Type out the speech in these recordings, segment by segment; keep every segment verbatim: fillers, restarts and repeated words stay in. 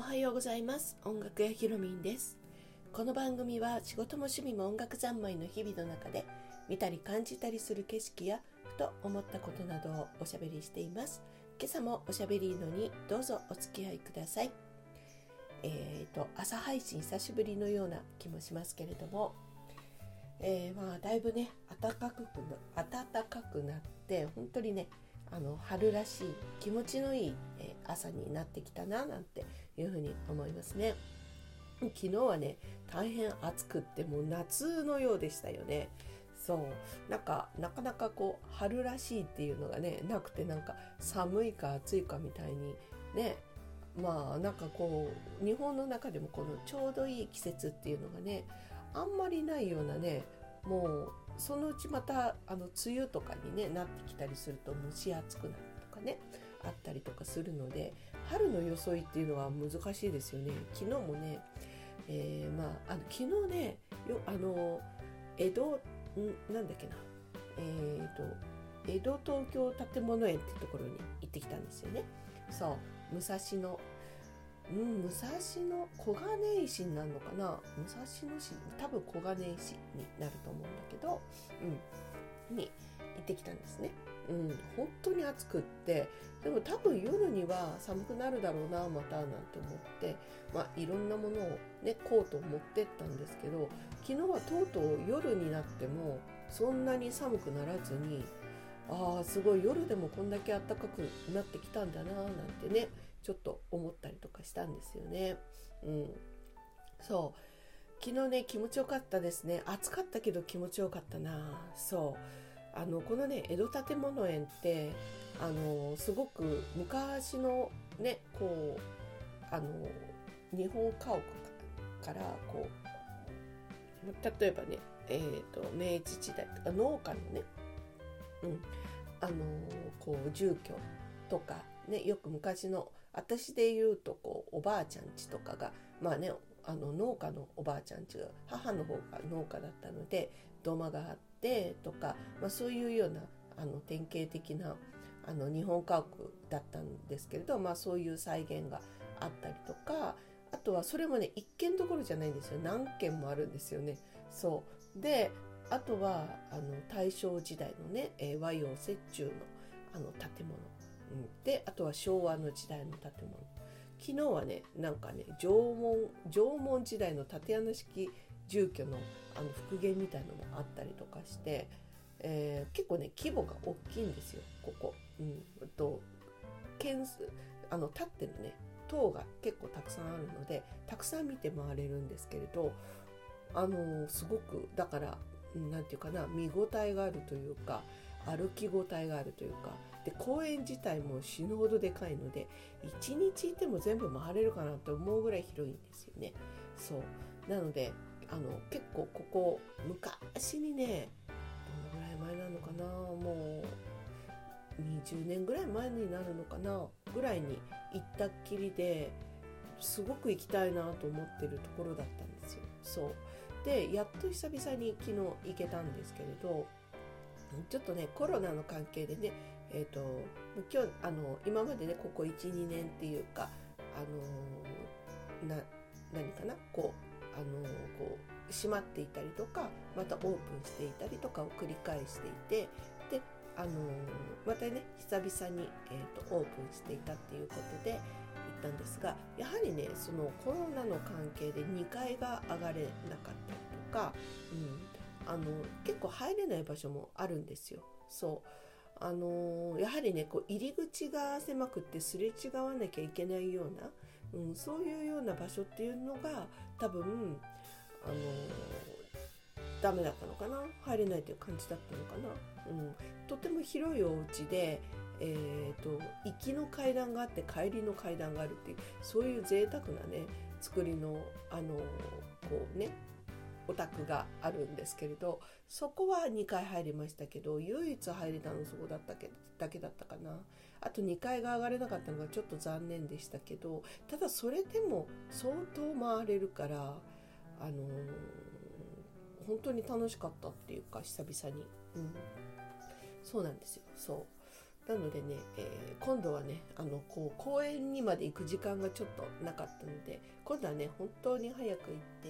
はようございます。音楽屋ひろみんです。この番組は仕事も趣味も音楽三昧の日々の中で見たり感じたりする景色やふと思ったことなどをおしゃべりしています。今朝もおしゃべりのにどうぞお付き合いください。えーと朝配信久しぶりのような気もしますけれども、えー、まあだいぶね暖かく暖かくなって本当にねあの春らしい気持ちのいい、えー、朝になってきたななんていうふうに思いますね。昨日はね大変暑くってもう夏のようでしたよね。そうなんかなかなかこう春らしいっていうのがねなくて、なんか寒いか暑いかみたいにね、まあなんかこう日本の中でもこのちょうどいい季節っていうのがねあんまりないようなね、もうそのうちまたあの梅雨とかに、ね、なってきたりすると蒸し暑くなるとかねあったりとかするので、春の装いっていうのは難しいですよね。昨日もね、えー、まあ、あの昨日ねよあの江戸んなんだっけなえー、と江戸東京建物園っていうところに行ってきたんですよね。そう武蔵野うん、武蔵野小金井市になるのかな、武蔵野市多分小金井市になると思うんだけど、うん、に行ってきたんですね。うん、本当に暑くって、でも多分夜には寒くなるだろうなまたなんて思って、まあ、いろんなものをねコートを持ってったんですけど、昨日はとうとう夜になってもそんなに寒くならずに、ああすごい夜でもこんだけ暖かくなってきたんだななんてねちょっと思ったりとかしたんですよね。うん、そう昨日ね気持ちよかったですね。暑かったけど気持ちよかったな。そうあのこのね江戸建物園ってあのすごく昔のねこうあの日本家屋からこう例えばね、えーと、明治時代とか農家のね、うん、あのこう住居とかね、よく昔の私で言うとこうおばあちゃん家とかがまあねあの農家のおばあちゃん家が母の方が農家だったので土間があってとか、まあ、そういうようなあの典型的なあの日本家屋だったんですけれど、まあ、そういう再現があったりとか、あとはそれもね一軒どころじゃないんですよ、何軒もあるんですよね。そうであとはあの大正時代のね、えー、和洋折衷のあの建物、うん、であとは昭和の時代の建物、昨日はねなんかね縄文縄文時代の竪穴式住居のあの復元みたいなのもあったりとかして、えー、結構ね規模が大きいんですよここ、うん、と件数あの立ってるね塔が結構たくさんあるのでたくさん見て回れるんですけれど、あのすごくだからなんていうかな見応えがあるというか歩き応えがあるというかで、公園自体も死ぬほどでかいのでいちにちいても全部回れるかなと思うぐらい広いんですよね。そうなのであの結構ここ昔にねどのぐらい前なのかな、もうにじゅうねんぐらい前になるのかなぐらいに行ったっきりですごく行きたいなと思ってるところだったんですよ。そうでやっと久々に昨日行けたんですけれど、ちょっとねコロナの関係でね、えーと、今日あの今までねここ いちにねんっていうかあのな何かなこうあのこう閉まっていたりとかまたオープンしていたりとかを繰り返していて、であのまたね久々に、えーと、オープンしていたっていうことで行ったんですが、やはりねそのコロナの関係でにかいが上がれなかったりとか、うん、あの結構入れない場所もあるんですよ。そうあのやはりねこう入り口が狭くってすれ違わなきゃいけないような、うん、そういうような場所っていうのが多分あのダメだったのかな、入れないという感じだったのかな、うん、とても広いお家で、えーと、行きの階段があって帰りの階段があるっていうそういう贅沢なね作りのあのこうねお宅があるんですけれど、そこはにかい入りましたけど唯一入れたのそこだったけだけだったかな。あとにかいが上がれなかったのがちょっと残念でしたけど、ただそれでも相当回れるから、あのー、本当に楽しかったっていうか久々に、うん、そうなんですよ。そうなのでね、えー、今度はねあのこう公園にまで行く時間がちょっとなかったので、今度はね本当に早く行って、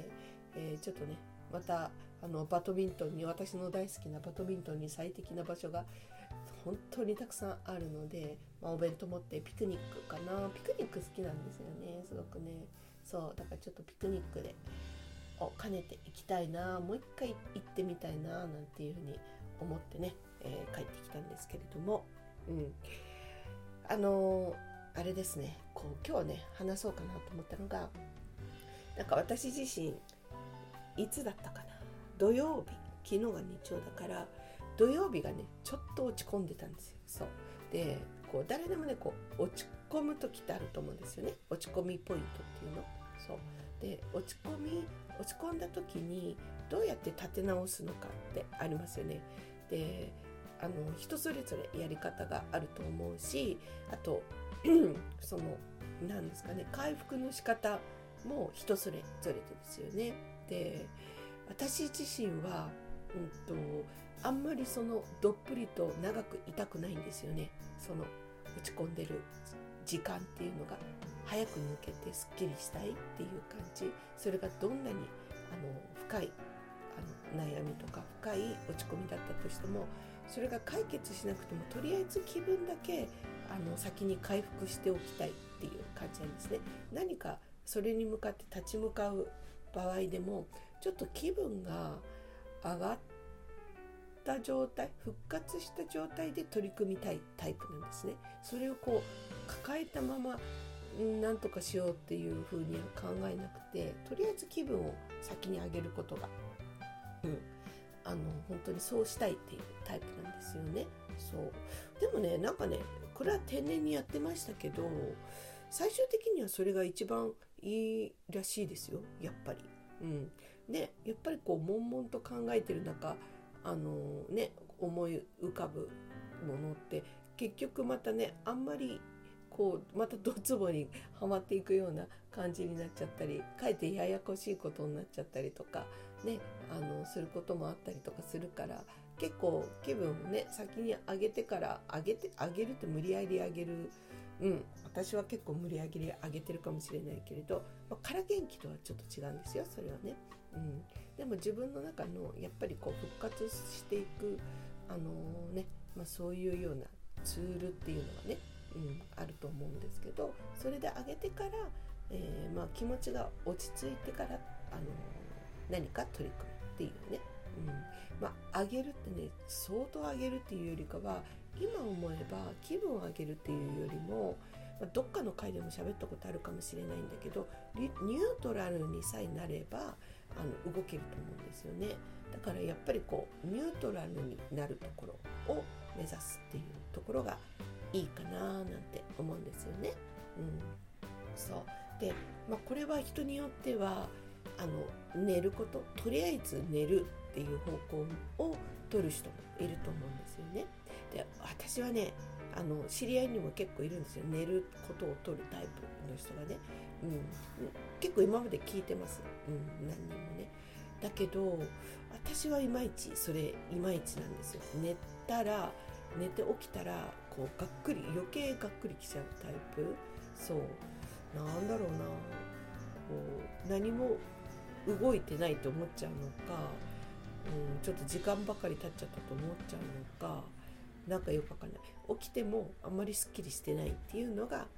えー、ちょっとねまたあのバドミントンに、私の大好きなバドミントンに最適な場所が本当にたくさんあるので、まあ、お弁当持ってピクニックかな。ピクニック好きなんですよね、すごくね。そうだからちょっとピクニックでを兼ねて行きたいな、もう一回行ってみたいななんていうふうに思ってね、えー、帰ってきたんですけれども、うん、あのー、あれですね、こう今日ね話そうかなと思ったのが、なんか私自身いつだったかな、土曜日、昨日が日曜だから土曜日がねちょっと落ち込んでたんですよ。そうで、こう誰でもねこう落ち込む時ってあると思うんですよね。落ち込みポイントっていうの。そうで、落ち込み落ち込んだ時にどうやって立て直すのかってありますよね。で、あの人それぞれやり方があると思うし、あとその何ですかね、回復の仕方も人それぞれですよね。で、私自身は、うんと、あんまりそのどっぷりと長くいたくないんですよね。その落ち込んでる時間っていうのが早く抜けてすっきりしたいっていう感じ。それがどんなにあの深いあの悩みとか深い落ち込みだったとしても、それが解決しなくてもとりあえず気分だけあの先に回復しておきたいっていう感じなんですね。何かそれに向かって立ち向かう場合でもちょっと気分が上がった状態、復活した状態で取り組みたいタイプなんですね。それをこう抱えたままなんとかしようっていう風には考えなくて、とりあえず気分を先に上げることが、うん、あの本当にそうしたいっていうタイプなんですよね。そうでもね、なんかねこれは天然にやってましたけど、最終的にはそれが一番いいらしいですよ、やっぱり。うん、でやっぱりこう悶々と考えてる中、あのね、思い浮かぶものって結局またね、あんまりこうまたドツボにはまっていくような感じになっちゃったり、かえってややこしいことになっちゃったりとかね、あのすることもあったりとかするから、結構気分をね先に上げてから上げて上げるって無理やり上げる、うん、私は結構無理やり上げてるかもしれないけれど、まあ、から元気とはちょっと違うんですよ、それはね。うん、でも自分の中のやっぱりこう復活していく、あのー、ね、まあ、そういうようなツールっていうのがね、うん、あると思うんですけど、それで上げてから、えーまあ、気持ちが落ち着いてから、あのー、何か取り組むっていうね、うん、まあ上げるってね、相当上げるっていうよりかは、今思えば気分を上げるっていうよりも、まあ、どっかの回でも喋ったことあるかもしれないんだけど、ニュートラルにさえなればあの動けると思うんですよね。だからやっぱりこうニュートラルになるところを目指すっていうところがいいかななんて思うんですよね。うん、そうで、まあ、これは人によってはあの寝ること、とりあえず寝るっていう方向を取る人もいると思うんですよね。で、私はね、あの知り合いにも結構いるんですよ、寝ることを取るタイプの人がね。うん、結構今まで聞いてます、うん、何人もね。だけど私はいまいちそれいまいちなんですよ。寝たら寝て起きたらこうがっくり、余計がっくりきちゃうタイプ。そうなんだろうな、こう何も動いてないと思っちゃうのか、うん、ちょっと時間ばかり経っちゃったと思っちゃうのか、なんかよくわかんない。起きてもあんまりすっきりしてないっていうのがあの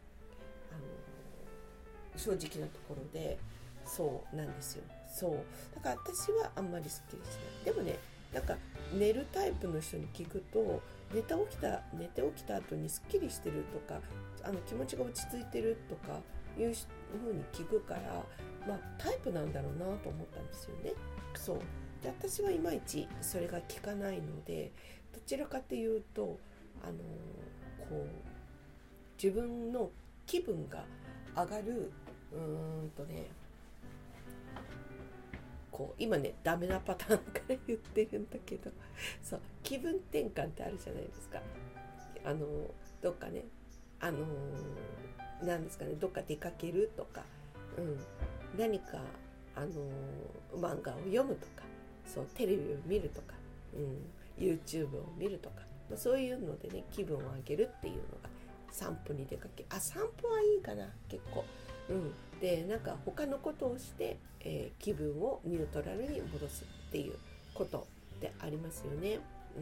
正直なところで、そうなんですよ。そうだから私はあんまりすっきりしない。でもね、なんか寝るタイプの人に聞くと、寝て起きた寝て起きた後にすっきりしてるとか、あの気持ちが落ち着いてるとかいう風に聞くから、まあタイプなんだろうなと思ったんですよね。そうで、私はいまいちそれが効かないので、どちらかというと、あのー、こう自分の気分が上がる、うーんとね、こう今ねダメなパターンから言ってるんだけど、そう気分転換ってあるじゃないですか。あのどっかね、あのー、なんですかね、どっか出かけるとか、うん、何かあのー、漫画を読むとか、そうテレビを見るとか、うん、YouTube を見るとか、 まあ、そういうのでね気分を上げるっていうのが散歩に出かけあ散歩はいいかな結構、うん、でなんか他のことをして、えー、気分をニュートラルに戻すっていうことでありますよね、うん、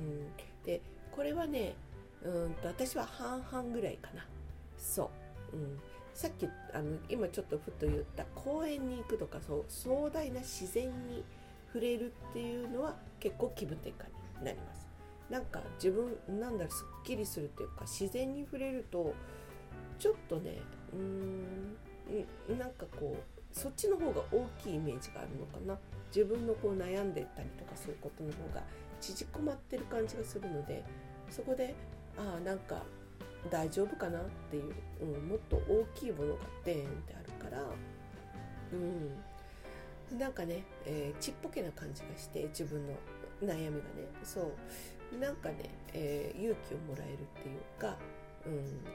でこれはねうんと私は半々ぐらいかなそう、うん、さっきあの今ちょっとふっと言った公園に行くとかそう壮大な自然に触れるっていうのは結構気分転換になります。なんか自分なんだろうすっきりするっていうか自然に触れるとちょっとねうーんなんかこうそっちの方が大きいイメージがあるのかな。自分のこう悩んでたりとかそういうことの方が縮こまってる感じがするのでそこでああなんか大丈夫かなっていう、うん、もっと大きいものがデーンってあるから、うん、なんかね、えー、ちっぽけな感じがして自分の悩みがねそうなんかね、えー、勇気をもらえるっていうか、うん、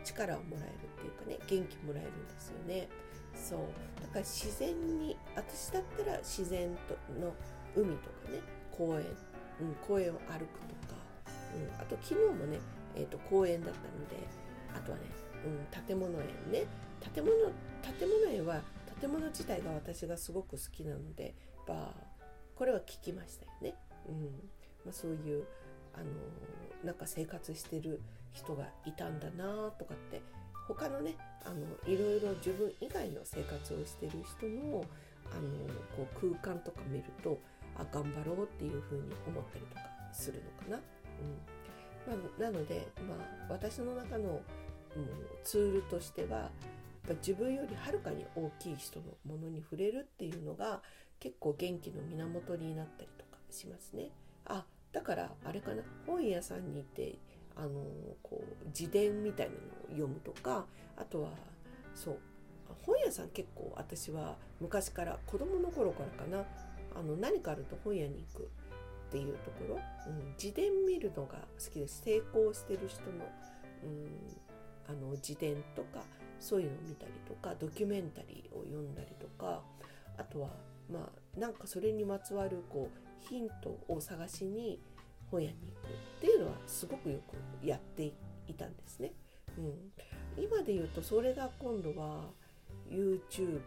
力をもらえるっていうかね元気もらえるんですよね。そうだから自然に私だったら自然との海とかね公園、うん、公園を歩くとか、うん、あと昨日もね、えーと、公園だったのであとはね、うん、建物園ね建物建物園は建物自体が私がすごく好きなのでまあこれは聞きましたよね、うんまあ、そういうあのなんか生活してる人がいたんだなとかって他のねあのいろいろ自分以外の生活をしてる人のあのこう空間とか見るとあ頑張ろうっていう風に思ったりとかするのかな、うんまあ、なので、まあ、私の中の、うん、ツールとしては自分よりはるかに大きい人のものに触れるっていうのが結構元気の源になったりとかしますね。あだからあれかな本屋さんに行ってあのこう自伝みたいなのを読むとかあとはそう本屋さん結構私は昔から子供の頃からかなあの何かあると本屋に行くっていうところ、うん、自伝見るのが好きです。成功してる人の、うん、あの自伝とかそういうのを見たりとかドキュメンタリーを読んだりとかあとはまあなんかそれにまつわるこうヒントを探しに本屋に行くっていうのはすごくよくやっていたんですね、うん、今で言うとそれが今度は YouTube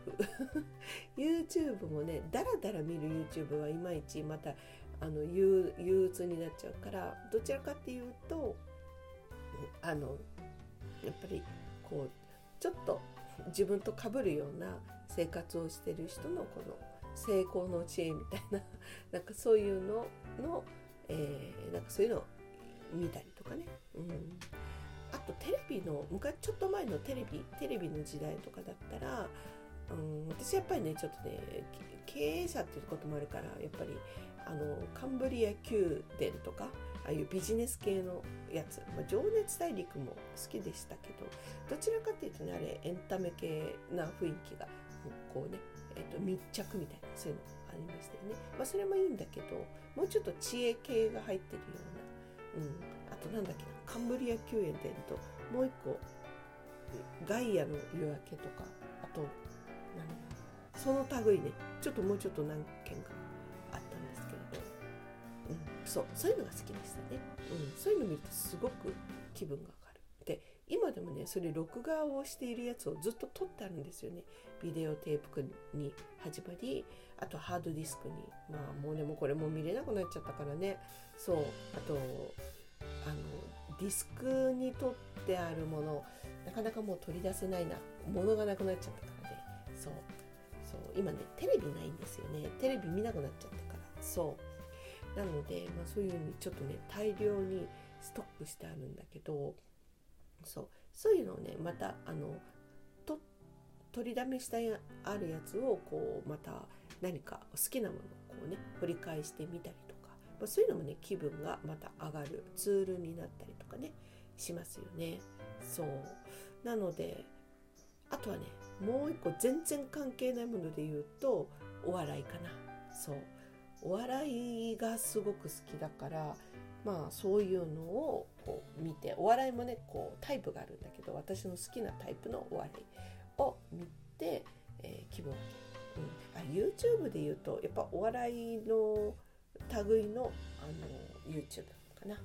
YouTube もねだらだら見る YouTube はいまいちまたあの憂鬱になっちゃうからどちらかっていうとあのやっぱりこうちょっと自分と被るような生活をしてる人のこの成功の知恵みたいななんかそういうのの、えー、なんかそういうのを見たりとかね、うん、あとテレビの昔ちょっと前のテレビテレビの時代とかだったら、うん、私やっぱりねちょっとね経営者っていうこともあるからやっぱりあのカンブリア宮殿とかああいうビジネス系のやつ、まあ、情熱大陸も好きでしたけどどちらかっていうとねあれエンタメ系な雰囲気がこうね、えーと、密着みたいなそういうのありましたよね、まあ、それもいいんだけどもうちょっと知恵系が入ってるような、うん、あとなんだっけなカンブリア宮殿ともう一個ガイアの夜明けとかあと何その類ねちょっともうちょっと何件かあったんですけれど、うん、そうそういうのが好きでしたね、うん、そういうの見るとすごく気分が上がるで今でもねそれ録画をしているやつをずっと撮ってあるんですよね。ビデオテープに始まりあとハードディスクにまあもうでもこれも見れなくなっちゃったからねそうあとあのディスクに撮ってあるものなかなかもう取り出せないなものがなくなっちゃったからねそうそう今ねテレビないんですよねテレビ見なくなっちゃったからそうなので、まあ、そういう風にちょっとね大量にストックしてあるんだけどそう、そういうのをねまたあのと取りだめしたあるやつをこうまた何か好きなものをこうね掘り返してみたりとか、まあ、そういうのもね気分がまた上がるツールになったりとかねしますよね。そうなのであとはねもう一個全然関係ないもので言うとお笑いかな。そうお笑いがすごく好きだからまあそういうのをこう見てお笑いもねこうタイプがあるんだけど私の好きなタイプのお笑いを見て、えー、気分を上げる、うん、あ YouTube で言うとやっぱお笑いの類のあの YouTube かな、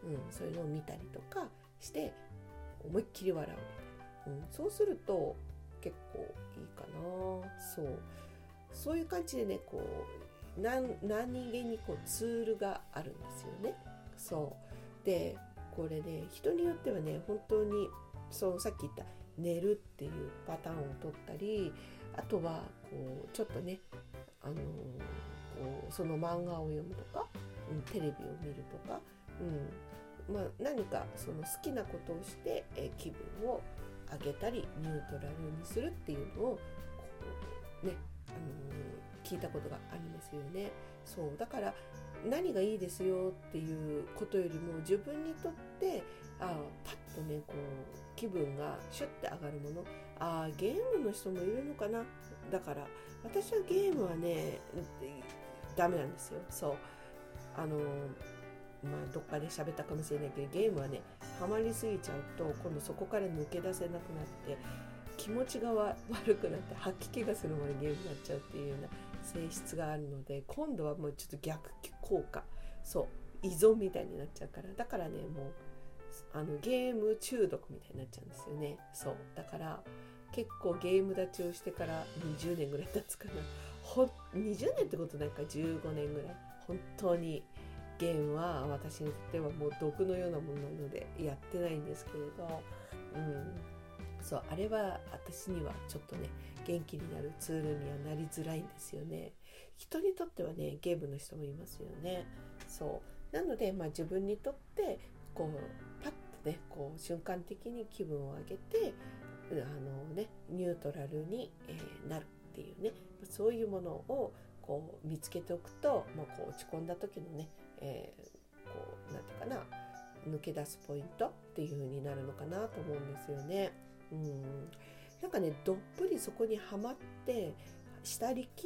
うん、そういうのを見たりとかして思いっきり笑うみたいな、うん、そうすると結構いいかな。そうそういう感じでね、こう何何気にこうツールがあるんですよね。そうでこれね、人によってはね、本当にそうさっき言った寝るっていうパターンを取ったり、あとはこうちょっとね、あのー、こうその漫画を読むとか、うん、テレビを見るとか、うんまあ、何かその好きなことをして、えー、気分を上げたりニュートラルにするっていうのをこうね、あのー、聞いたことがありますよね。そうだから何がいいですよっていうことよりも、自分にとってあパッとねこう気分がシュッて上がるもの、あゲームの人もいるのかな。だから私はゲームはねダメなんですよ。そうあのまあどっかで喋ったかもしれないけど、ゲームはねハマりすぎちゃうと今度そこから抜け出せなくなって気持ちが悪くなって吐き気がするまでゲームになっちゃうっていうような性質があるので、今度はもうちょっと逆効果、そう依存みたいになっちゃうから、だからねもうあのゲーム中毒みたいになっちゃうんですよね。そうだから結構ゲーム立ちをしてからにじゅうねんぐらい経つかな。ほにじゅうねんってことないか、じゅうごねんぐらい本当にゲームは私にとってはもう毒のようなものなのでやってないんですけれど、うんそうあれは私にはちょっとね元気になるツールにはなりづらいんですよね。人にとってはねゲームの人もいますよね。そうなので、まあ、自分にとってこうパッとねこう瞬間的に気分を上げてあの、ね、ニュートラルに、えー、なるっていうね、そういうものをこう見つけておくと、まあ、こう落ち込んだ時のね、えー、こうなんていうかな抜け出すポイントっていう風になるのかなと思うんですよね。うん、なんかねどっぷりそこにはまってしたりきって、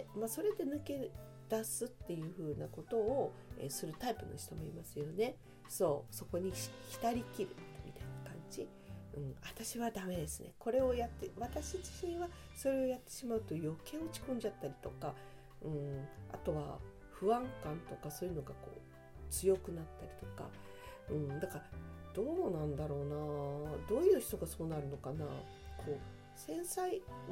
まあ、それで抜け出すっていう風なことを、えー、するタイプの人もいますよね。そうそこに浸りきるみたいな感じ、うん、私はダメですね。これをやって私自身はそれをやってしまうと余計落ち込んじゃったりとか、うん、あとは不安感とかそういうのがこう強くなったりとか、うん、だからどうなんだろうな、どういう人がそうなるのかな。こう繊細、うん、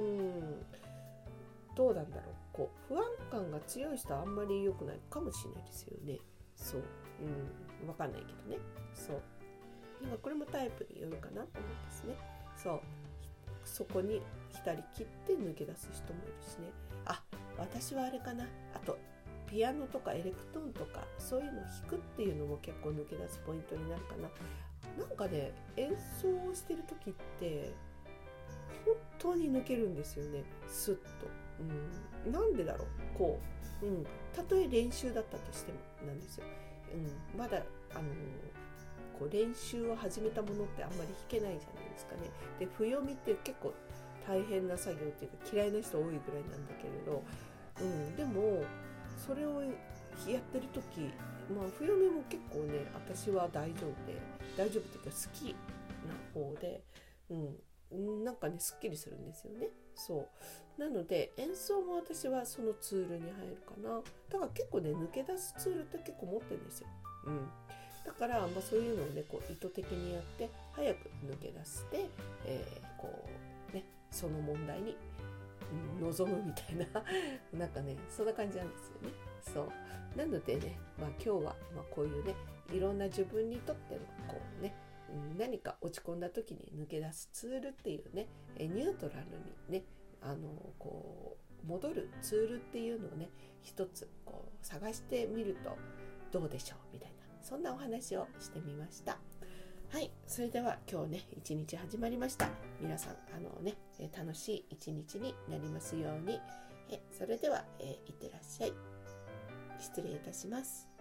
どうなんだろう、こう不安感が強い人はあんまり良くないかもしれないですよね。そう、うん、分かんないけどね。そう今これもタイプによるかなと思うんですね。そうそこに浸りきって抜け出す人もいるしね。あ私はあれかな、あとピアノとかエレクトーンとかそういうのを弾くっていうのも結構抜け出すポイントになるかな。なんかね演奏をしてる時って本当に抜けるんですよね、スッと、うん、なんでだろう、こう、うん、たとえ練習だったとしてもなんですよ、うん、まだあのー、こう練習を始めたものってあんまり弾けないじゃないですかね。で譜読みって結構大変な作業っていうか嫌いな人多いぐらいなんだけれど、うん、でもそれをやってる時、まあ譜読みも結構ね私は大丈夫で大丈夫っていうか好きな方で、うん、なんかねすっきりするんですよね。そうなので演奏も私はそのツールに入るかな。だから結構ね抜け出すツールって結構持ってるんですよ、うん、だから、まあ、そういうのをねこう意図的にやって早く抜け出して、えー、こうねその問題に臨むみたいななんかねそんな感じなんですよね。そうなのでね、まあ、今日は、まあ、こういうねいろんな自分にとってのこうね何か落ち込んだ時に抜け出すツールっていうねニュートラルにねあのこう戻るツールっていうのをね一つこう探してみるとどうでしょうみたいな、そんなお話をしてみました。はい、それでは今日ね一日始まりました。皆さんあのね楽しい一日になりますように。えそれでは、えー、いってらっしゃい。失礼いたします。